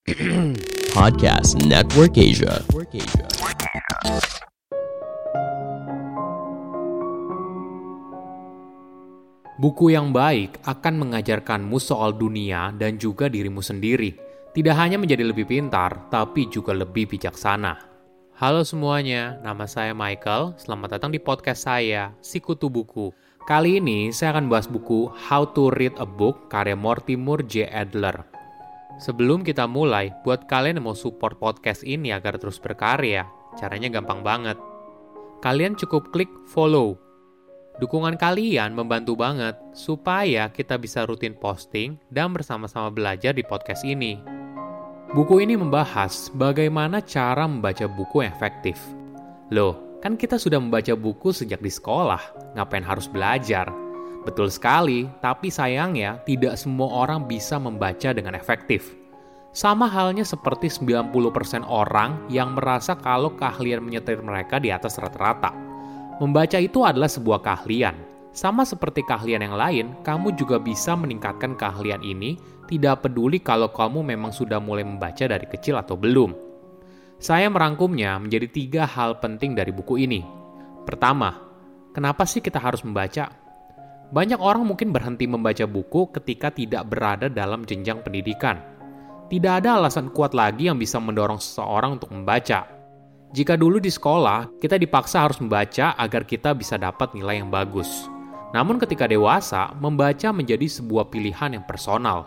Podcast Network Asia. Buku yang baik akan mengajarkanmu soal dunia dan juga dirimu sendiri. Tidak hanya menjadi lebih pintar, tapi juga lebih bijaksana. Halo semuanya, nama saya Michael. Selamat datang di podcast saya, Sikutu Buku. Kali ini saya akan bahas buku How to Read a Book karya Mortimer J. Adler. Sebelum kita mulai, buat kalian yang mau support podcast ini agar terus berkarya, caranya gampang banget. Kalian cukup klik follow. Dukungan kalian membantu banget supaya kita bisa rutin posting dan bersama-sama belajar di podcast ini. Buku ini membahas bagaimana cara membaca buku yang efektif. Loh, kan kita sudah membaca buku sejak di sekolah, ngapain harus belajar? Betul sekali, tapi sayangnya tidak semua orang bisa membaca dengan efektif. Sama halnya seperti 90% orang yang merasa kalau keahlian menyetir mereka di atas rata-rata. Membaca itu adalah sebuah keahlian. Sama seperti keahlian yang lain, kamu juga bisa meningkatkan keahlian ini, tidak peduli kalau kamu memang sudah mulai membaca dari kecil atau belum. Saya merangkumnya menjadi 3 hal penting dari buku ini. Pertama, kenapa sih kita harus membaca? Banyak orang mungkin berhenti membaca buku ketika tidak berada dalam jenjang pendidikan. Tidak ada alasan kuat lagi yang bisa mendorong seseorang untuk membaca. Jika dulu di sekolah, kita dipaksa harus membaca agar kita bisa dapat nilai yang bagus. Namun ketika dewasa, membaca menjadi sebuah pilihan yang personal.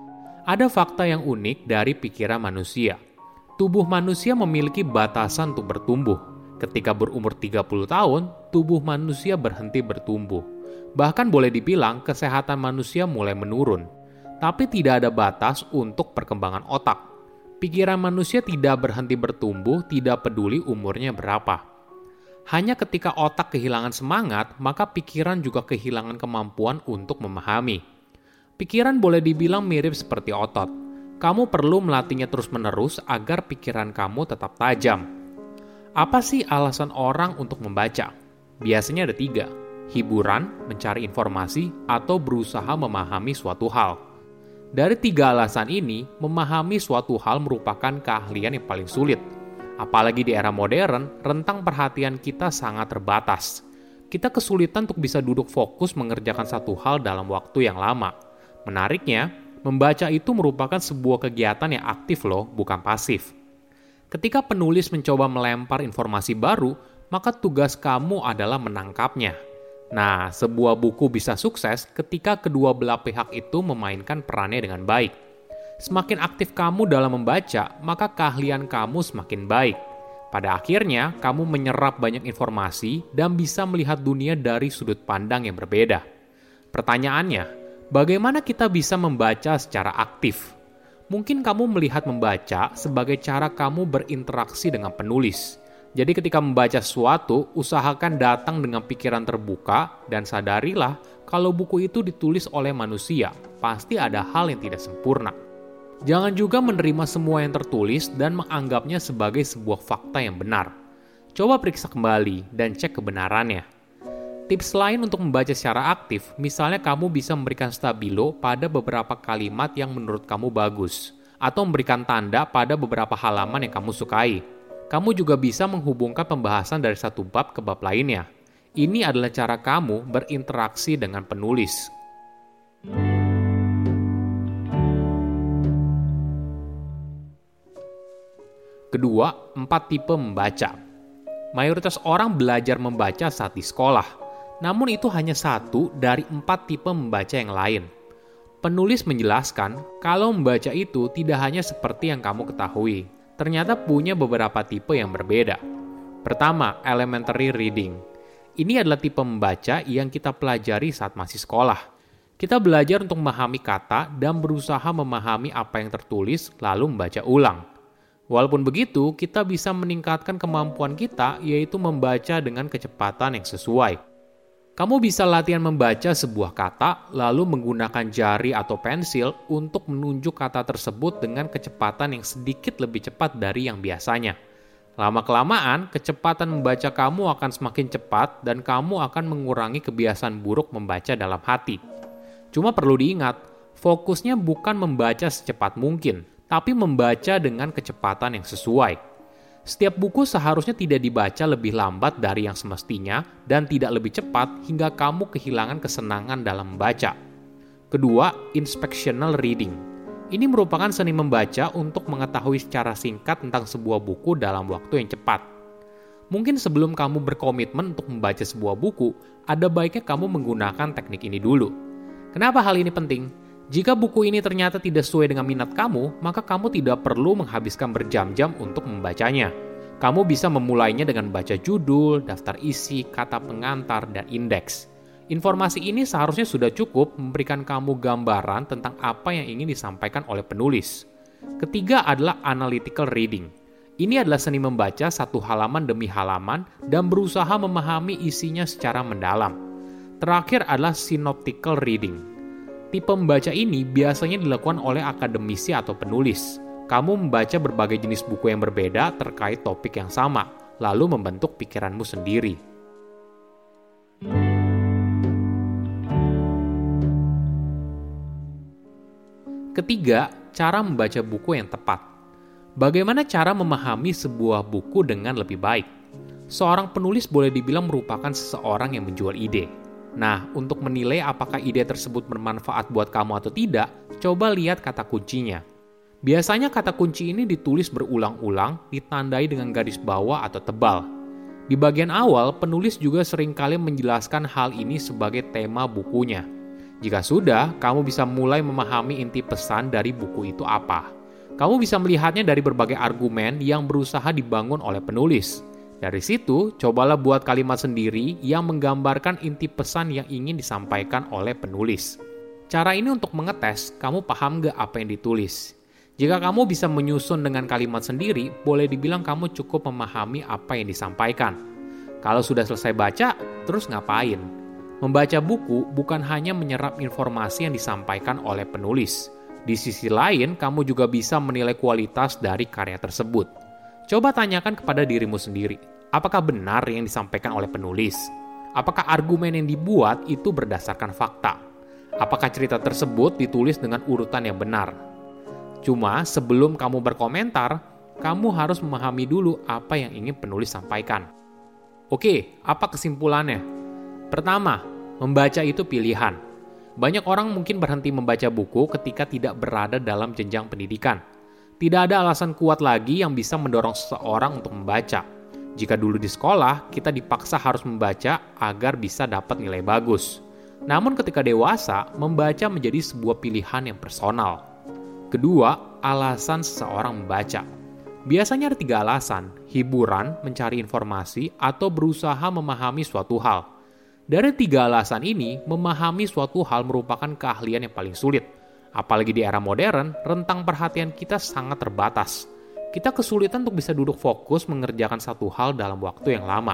Ada fakta yang unik dari pikiran manusia. Tubuh manusia memiliki batasan untuk bertumbuh. Ketika berumur 30 tahun, tubuh manusia berhenti bertumbuh. Bahkan boleh dibilang kesehatan manusia mulai menurun. Tapi tidak ada batas untuk perkembangan otak. Pikiran manusia tidak berhenti bertumbuh, tidak peduli umurnya berapa. Hanya ketika otak kehilangan semangat, maka pikiran juga kehilangan kemampuan untuk memahami. Pikiran boleh dibilang mirip seperti otot. Kamu perlu melatihnya terus-menerus agar pikiran kamu tetap tajam. Apa sih alasan orang untuk membaca? Biasanya ada 3. Hiburan, mencari informasi, atau berusaha memahami suatu hal. Dari 3 alasan ini, memahami suatu hal merupakan keahlian yang paling sulit. Apalagi di era modern, rentang perhatian kita sangat terbatas. Kita kesulitan untuk bisa duduk fokus mengerjakan satu hal dalam waktu yang lama. Menariknya, membaca itu merupakan sebuah kegiatan yang aktif loh, bukan pasif. Ketika penulis mencoba melempar informasi baru, maka tugas kamu adalah menangkapnya. Nah, sebuah buku bisa sukses ketika kedua belah pihak itu memainkan perannya dengan baik. Semakin aktif kamu dalam membaca, maka keahlian kamu semakin baik. Pada akhirnya, kamu menyerap banyak informasi dan bisa melihat dunia dari sudut pandang yang berbeda. Pertanyaannya, bagaimana kita bisa membaca secara aktif? Mungkin kamu melihat membaca sebagai cara kamu berinteraksi dengan penulis. Jadi ketika membaca sesuatu, usahakan datang dengan pikiran terbuka dan sadarilah kalau buku itu ditulis oleh manusia, pasti ada hal yang tidak sempurna. Jangan juga menerima semua yang tertulis dan menganggapnya sebagai sebuah fakta yang benar. Coba periksa kembali dan cek kebenarannya. Tips lain untuk membaca secara aktif, misalnya kamu bisa memberikan stabilo pada beberapa kalimat yang menurut kamu bagus, atau memberikan tanda pada beberapa halaman yang kamu sukai. Kamu juga bisa menghubungkan pembahasan dari satu bab ke bab lainnya. Ini adalah cara kamu berinteraksi dengan penulis. Kedua, 4 tipe membaca. Mayoritas orang belajar membaca saat di sekolah, namun itu hanya 1 dari 4 tipe membaca yang lain. Penulis menjelaskan kalau membaca itu tidak hanya seperti yang kamu ketahui. Ternyata punya beberapa tipe yang berbeda. Pertama, elementary reading. Ini adalah tipe membaca yang kita pelajari saat masih sekolah. Kita belajar untuk memahami kata dan berusaha memahami apa yang tertulis lalu membaca ulang. Walaupun begitu, kita bisa meningkatkan kemampuan kita yaitu membaca dengan kecepatan yang sesuai. Kamu bisa latihan membaca sebuah kata, lalu menggunakan jari atau pensil untuk menunjuk kata tersebut dengan kecepatan yang sedikit lebih cepat dari yang biasanya. Lama-kelamaan, kecepatan membaca kamu akan semakin cepat dan kamu akan mengurangi kebiasaan buruk membaca dalam hati. Cuma perlu diingat, fokusnya bukan membaca secepat mungkin, tapi membaca dengan kecepatan yang sesuai. Setiap buku seharusnya tidak dibaca lebih lambat dari yang semestinya dan tidak lebih cepat hingga kamu kehilangan kesenangan dalam membaca. Kedua, inspectional reading. Ini merupakan seni membaca untuk mengetahui secara singkat tentang sebuah buku dalam waktu yang cepat. Mungkin sebelum kamu berkomitmen untuk membaca sebuah buku, ada baiknya kamu menggunakan teknik ini dulu. Kenapa hal ini penting? Jika buku ini ternyata tidak sesuai dengan minat kamu, maka kamu tidak perlu menghabiskan berjam-jam untuk membacanya. Kamu bisa memulainya dengan baca judul, daftar isi, kata pengantar, dan indeks. Informasi ini seharusnya sudah cukup memberikan kamu gambaran tentang apa yang ingin disampaikan oleh penulis. Ketiga adalah analytical reading. Ini adalah seni membaca satu halaman demi halaman dan berusaha memahami isinya secara mendalam. Terakhir adalah synoptical reading. Tipe membaca ini biasanya dilakukan oleh akademisi atau penulis. Kamu membaca berbagai jenis buku yang berbeda terkait topik yang sama, lalu membentuk pikiranmu sendiri. Ketiga, cara membaca buku yang tepat. Bagaimana cara memahami sebuah buku dengan lebih baik? Seorang penulis boleh dibilang merupakan seseorang yang menjual ide. Nah, untuk menilai apakah ide tersebut bermanfaat buat kamu atau tidak, coba lihat kata kuncinya. Biasanya kata kunci ini ditulis berulang-ulang, ditandai dengan garis bawah atau tebal. Di bagian awal, penulis juga seringkali menjelaskan hal ini sebagai tema bukunya. Jika sudah, kamu bisa mulai memahami inti pesan dari buku itu apa. Kamu bisa melihatnya dari berbagai argumen yang berusaha dibangun oleh penulis. Dari situ, cobalah buat kalimat sendiri yang menggambarkan inti pesan yang ingin disampaikan oleh penulis. Cara ini untuk mengetes, kamu paham gak apa yang ditulis? Jika kamu bisa menyusun dengan kalimat sendiri, boleh dibilang kamu cukup memahami apa yang disampaikan. Kalau sudah selesai baca, terus ngapain? Membaca buku bukan hanya menyerap informasi yang disampaikan oleh penulis. Di sisi lain, kamu juga bisa menilai kualitas dari karya tersebut. Coba tanyakan kepada dirimu sendiri, apakah benar yang disampaikan oleh penulis? Apakah argumen yang dibuat itu berdasarkan fakta? Apakah cerita tersebut ditulis dengan urutan yang benar? Cuma sebelum kamu berkomentar, kamu harus memahami dulu apa yang ingin penulis sampaikan. Oke, apa kesimpulannya? Pertama, membaca itu pilihan. Banyak orang mungkin berhenti membaca buku ketika tidak berada dalam jenjang pendidikan. Tidak ada alasan kuat lagi yang bisa mendorong seseorang untuk membaca. Jika dulu di sekolah, kita dipaksa harus membaca agar bisa dapat nilai bagus. Namun ketika dewasa, membaca menjadi sebuah pilihan yang personal. Kedua, alasan seseorang membaca. Biasanya ada 3 alasan, hiburan, mencari informasi, atau berusaha memahami suatu hal. Dari 3 alasan ini, memahami suatu hal merupakan keahlian yang paling sulit. Apalagi di era modern, rentang perhatian kita sangat terbatas. Kita kesulitan untuk bisa duduk fokus mengerjakan satu hal dalam waktu yang lama.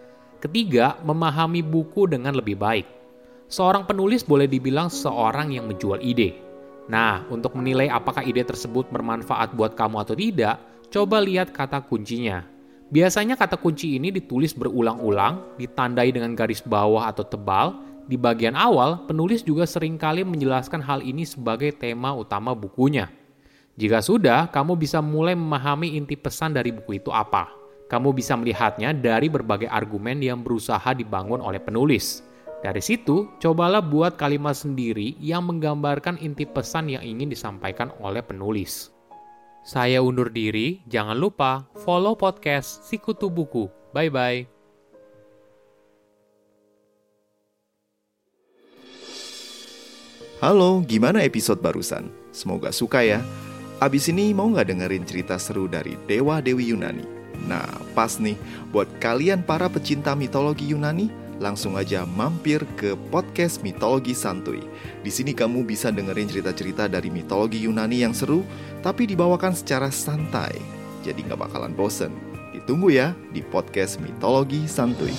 Ketiga, memahami buku dengan lebih baik. Seorang penulis boleh dibilang seorang yang menjual ide. Nah, untuk menilai apakah ide tersebut bermanfaat buat kamu atau tidak, coba lihat kata kuncinya. Biasanya kata kunci ini ditulis berulang-ulang, ditandai dengan garis bawah atau tebal. Di bagian awal, penulis juga seringkali menjelaskan hal ini sebagai tema utama bukunya. Jika sudah, kamu bisa mulai memahami inti pesan dari buku itu apa. Kamu bisa melihatnya dari berbagai argumen yang berusaha dibangun oleh penulis. Dari situ, cobalah buat kalimat sendiri yang menggambarkan inti pesan yang ingin disampaikan oleh penulis. Saya undur diri, jangan lupa follow podcast Sikutu Buku. Bye-bye. Halo, gimana episode barusan? Semoga suka ya. Abis ini mau gak dengerin cerita seru dari Dewa-Dewi Yunani? Nah, pas nih, buat kalian para pecinta mitologi Yunani, langsung aja mampir ke podcast Mitologi Santuy. Di sini kamu bisa dengerin cerita-cerita dari mitologi Yunani yang seru, tapi dibawakan secara santai. Jadi gak bakalan bosen. Ditunggu ya di podcast Mitologi Santuy.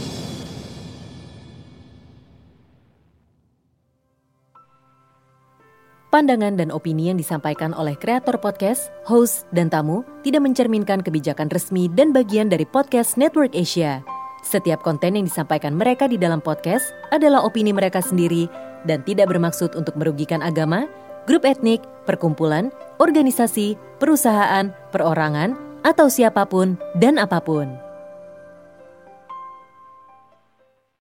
Pandangan dan opini yang disampaikan oleh kreator podcast, host, dan tamu tidak mencerminkan kebijakan resmi dan bagian dari podcast Network Asia. Setiap konten yang disampaikan mereka di dalam podcast adalah opini mereka sendiri dan tidak bermaksud untuk merugikan agama, grup etnik, perkumpulan, organisasi, perusahaan, perorangan, atau siapapun dan apapun.